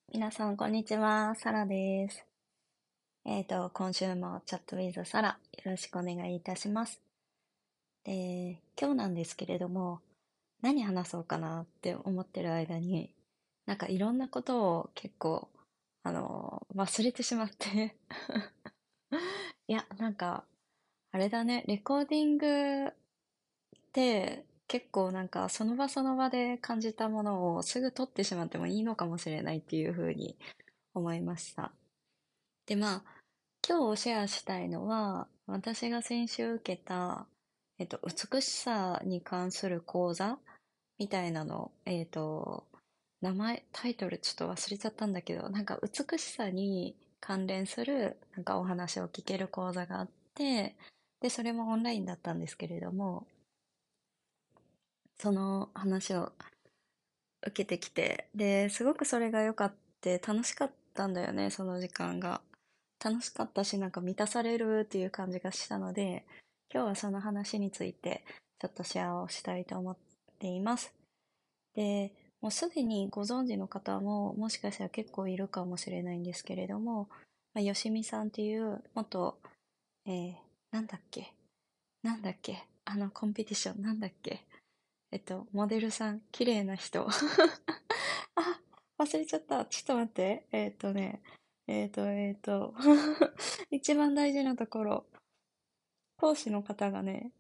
皆さん、こんにちは。サラです。今週もチャットウィズサラ、よろしくお願いいたします。で、今日なんですけれども、何話そうかなって思ってる間に、なんかいろんなことを結構、忘れてしまっていや、なんか、あれだね、レコーディングって結構なんかその場その場で感じたものをすぐ撮ってしまってもいいのかもしれないっていうふうに思いました。で、今日シェアしたいのは、私が先週受けた、美しさに関する講座みたいなの、名前、タイトルちょっと忘れちゃったんだけど、なんか美しさに関連する、なんかお話を聞ける講座があって、で、それもオンラインだったんですけれども、その話を受けてきて、で、すごくそれが良かって楽しかったんだよね、その時間が。楽しかったし、なんか満たされるっていう感じがしたので、今日はその話についてちょっとシェアをしたいと思っています。で、もうすでにご存知の方ももしかしたら結構いるかもしれないんですけれども、よしみさんっていう元、えー、なんだっけコンペティションなんだっけモデルさん、綺麗な人。あ、忘れちゃった。ちょっと待って。一番大事なところ。講師の方がね、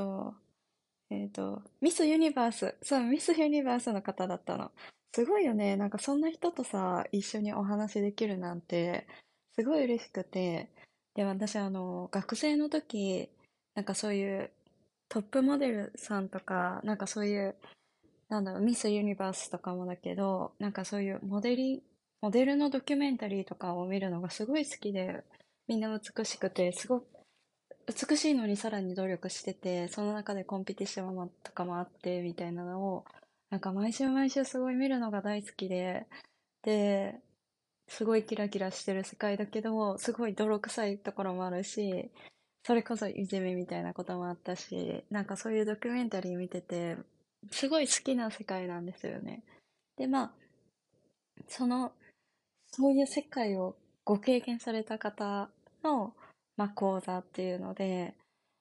ミスユニバース。そう、ミスユニバースの方だったの。すごいよね。なんかそんな人とさ、一緒にお話できるなんて、すごい嬉しくて。で、私、学生の時、なんかそういうトップモデルさんとか、なんかそういうなんだろう、ミスユニバースとかもだけど、なんかそういうモデルのドキュメンタリーとかを見るのがすごい好きで、みんな美しくて、すごく美しいのにさらに努力してて、その中でコンペティションとかもあって、みたいなのを、なんか毎週毎週すごい見るのが大好きで、で、すごいキラキラしてる世界だけど、すごい泥臭いところもあるし、それこそいじめみたいなこともあったし、なんかそういうドキュメンタリー見てて、すごい好きな世界なんですよね。で、その、そういう世界をご経験された方の、講座っていうので、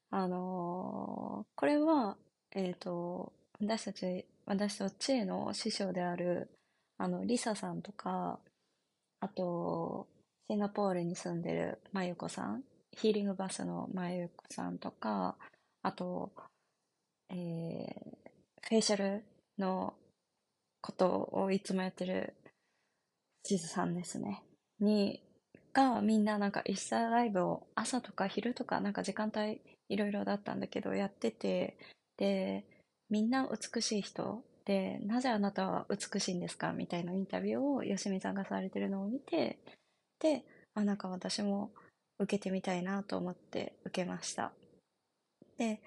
これは、私たちの師匠である、リサさんとか、あと、シンガポールに住んでるまゆこさん、ヒーリングバスのまゆこさんとか、あと、フェイシャルのことをいつもやってるしずさんですね。がみんななんかインスタライブを朝とか昼とかなんか時間帯いろいろだったんだけどやってて、で、みんな美しい人で、なぜあなたは美しいんですかみたいなインタビューをよしみさんがされてるのを見て、で、なんか私も受けてみたいなと思って受けました。で、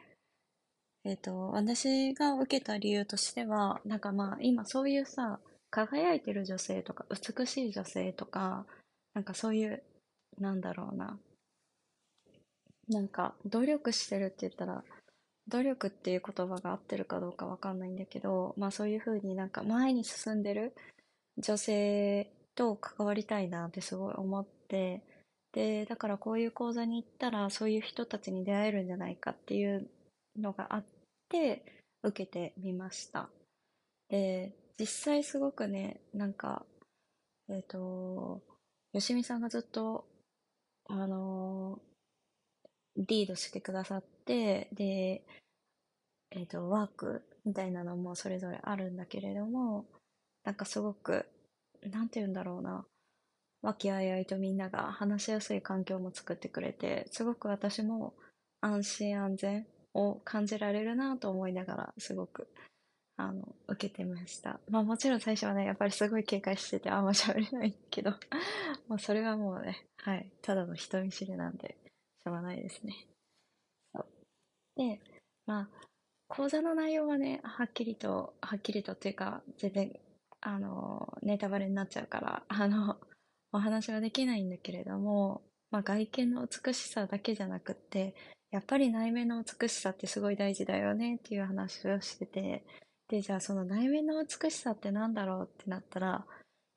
私が受けた理由としては、なんか今そういうさ、輝いてる女性とか、美しい女性とか、なんかそういう、なんだろうな、なんか努力してるって言ったら、努力っていう言葉が合ってるかどうかわかんないんだけど、そういうふうになんか前に進んでる女性と関わりたいなってすごい思って、で、だからこういう講座に行ったらそういう人たちに出会えるんじゃないかっていうのがあって受けてみました。で、実際すごくね、なんか、よしみさんがずっと、あのリードしてくださって、で、ワークみたいなのもそれぞれあるんだけれども、なんかすごく、なんて言うんだろうな、和気あいあいとみんなが話しやすい環境も作ってくれて、すごく私も安心安全を感じられるなと思いながら、すごく、受けてました。もちろん最初はね、やっぱりすごい警戒しててあんま喋れないけど、それはもうね、はい、ただの人見知りなんで、しょうがないですね。そうで、講座の内容はね、はっきりとっていうか、全然、ネタバレになっちゃうから、お話はできないんだけれども、外見の美しさだけじゃなくって、やっぱり内面の美しさってすごい大事だよねっていう話をしてて、で、じゃあその内面の美しさってなんだろうってなったら、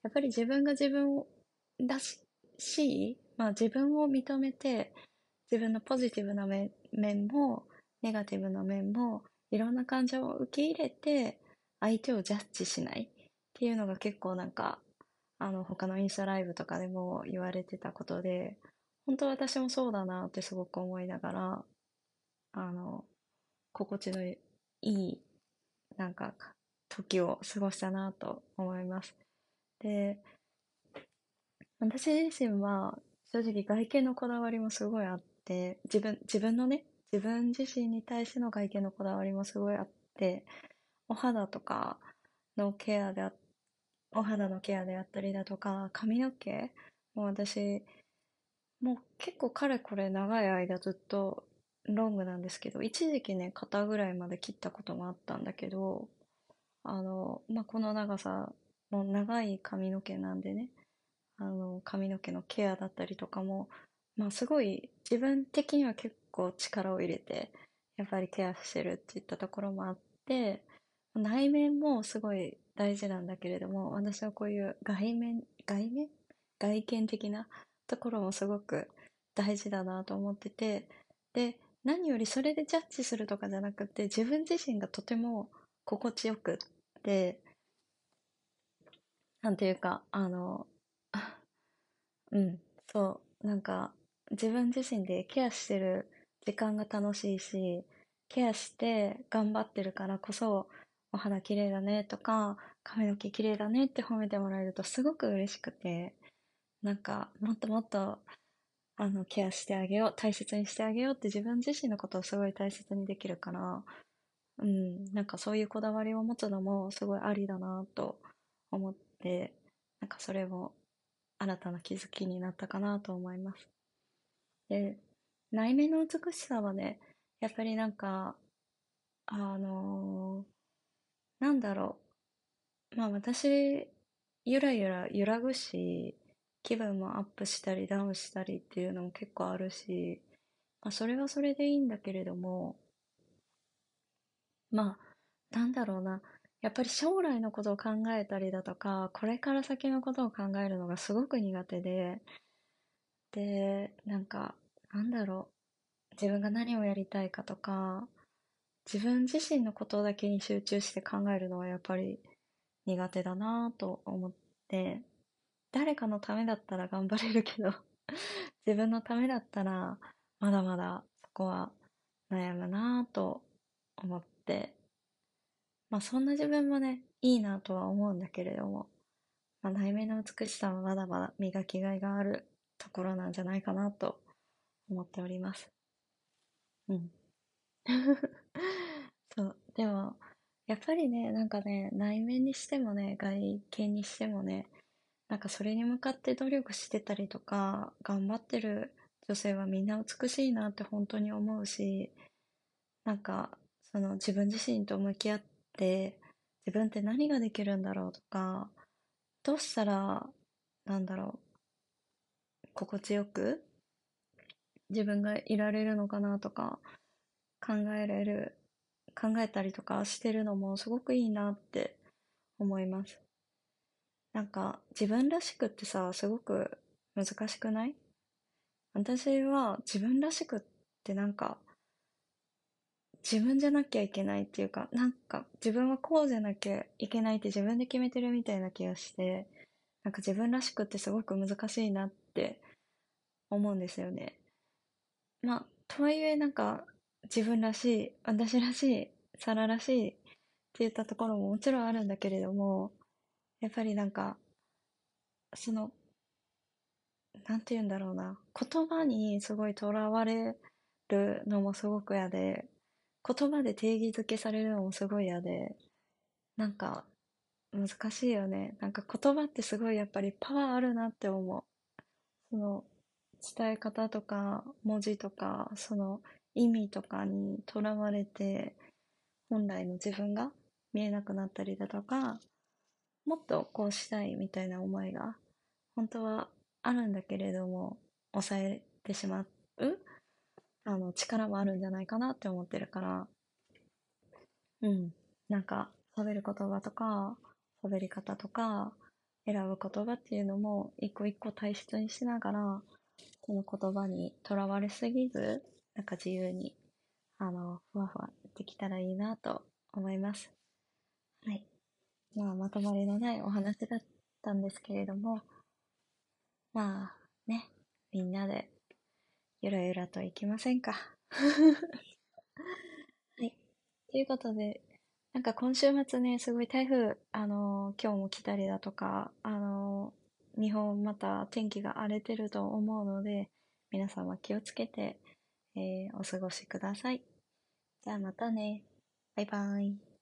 やっぱり自分が自分を出し、まあ自分を認めて、自分のポジティブな面も、ネガティブな面も、いろんな感情を受け入れて、相手をジャッジしないっていうのが結構なんか、他のインスタライブとかでも言われてたことで、本当私もそうだなってすごく思いながら、あの、心地のいい、なんか、時を過ごしたなと思います。で、私自身は正直外見のこだわりもすごいあって、自分のね、自分自身に対しての外見のこだわりもすごいあって、お肌とかのケアであ、お肌のケアであったりだとか、髪の毛も私、もう結構かれこれ長い間ずっとロングなんですけど、一時期ね、肩ぐらいまで切ったこともあったんだけど、まあ、この長さの長い髪の毛なんでね、髪の毛のケアだったりとかも、まあすごい自分的には結構力を入れて、やっぱりケアしてるっていったところもあって、内面もすごい大事なんだけれども、私はこういう外見的なところもすごく大事だなと思ってて、で、何よりそれでジャッジするとかじゃなくて、自分自身がとても心地よくって、なんていうか、うん、そう、なんか自分自身でケアしてる時間が楽しいし、ケアして頑張ってるからこそ、お肌綺麗だねとか、髪の毛綺麗だねって褒めてもらえるとすごく嬉しくて、なんかもっともっとケアしてあげよう、大切にしてあげようって自分自身のことをすごい大切にできるから、うん、なんかそういうこだわりを持つのもすごいありだなと思って、なんかそれも新たな気づきになったかなと思います。で、内面の美しさはね、やっぱりなんか、あのなんだろう。まあ私、ゆらゆら揺らぐし、気分もアップしたりダウンしたりっていうのも結構あるし、まあそれはそれでいいんだけれども、まあ、なんだろうな。やっぱり将来のことを考えたりだとか、これから先のことを考えるのがすごく苦手で、で、なんか、なんだろう。自分が何をやりたいかとか、自分自身のことだけに集中して考えるのはやっぱり苦手だなぁと思って、誰かのためだったら頑張れるけど、自分のためだったらまだまだそこは悩むなぁと思って、まあそんな自分もね、いいなとは思うんだけれども、まあ、内面の美しさはまだまだ磨きがいがあるところなんじゃないかなと思っております。うん。そう。でも、やっぱりね、なんかね、内面にしてもね、外見にしてもね、なんかそれに向かって努力してたりとか、頑張ってる女性はみんな美しいなって本当に思うし、なんか、その自分自身と向き合って、自分って何ができるんだろうとか、どうしたら、なんだろ心地よく自分がいられるのかなとか、考えられる、考えたりとかしてるのもすごくいいなって思います。なんか自分らしくってさ、すごく難しくない？私は自分らしくってなんか自分じゃなきゃいけないっていうか、なんか自分はこうじゃなきゃいけないって自分で決めてるみたいな気がして、なんか自分らしくってすごく難しいなって思うんですよね。まあ、とはいえなんか自分らしい、私らしい、サラらしいっていったところももちろんあるんだけれども、やっぱりなんか、その、なんて言うんだろうな、言葉にすごいとらわれるのもすごく嫌で、言葉で定義づけされるのもすごい嫌で、なんか難しいよね。なんか言葉ってすごいやっぱりパワーあるなって思う。その伝え方とか文字とか、その意味とかにとらわれて、本来の自分が見えなくなったりだとか、もっとこうしたいみたいな思いが本当はあるんだけれども、抑えてしまう力もあるんじゃないかなって思ってるから、うん。なんか喋る言葉とか、喋り方とか、 選ぶ言葉っていうのも一個一個大切にしながら、その言葉にとらわれすぎず、なんか自由に、ふわふわできたらいいなと思います。はい。まあ、まとまりのないお話だったんですけれども、まあ、ね、みんなでゆらゆらといきませんか。はい。ということで、なんか今週末ね、すごい台風、今日も来たりだとか、日本また天気が荒れてると思うので、皆様気をつけて、お過ごしください。じゃあまたね。バイバイ。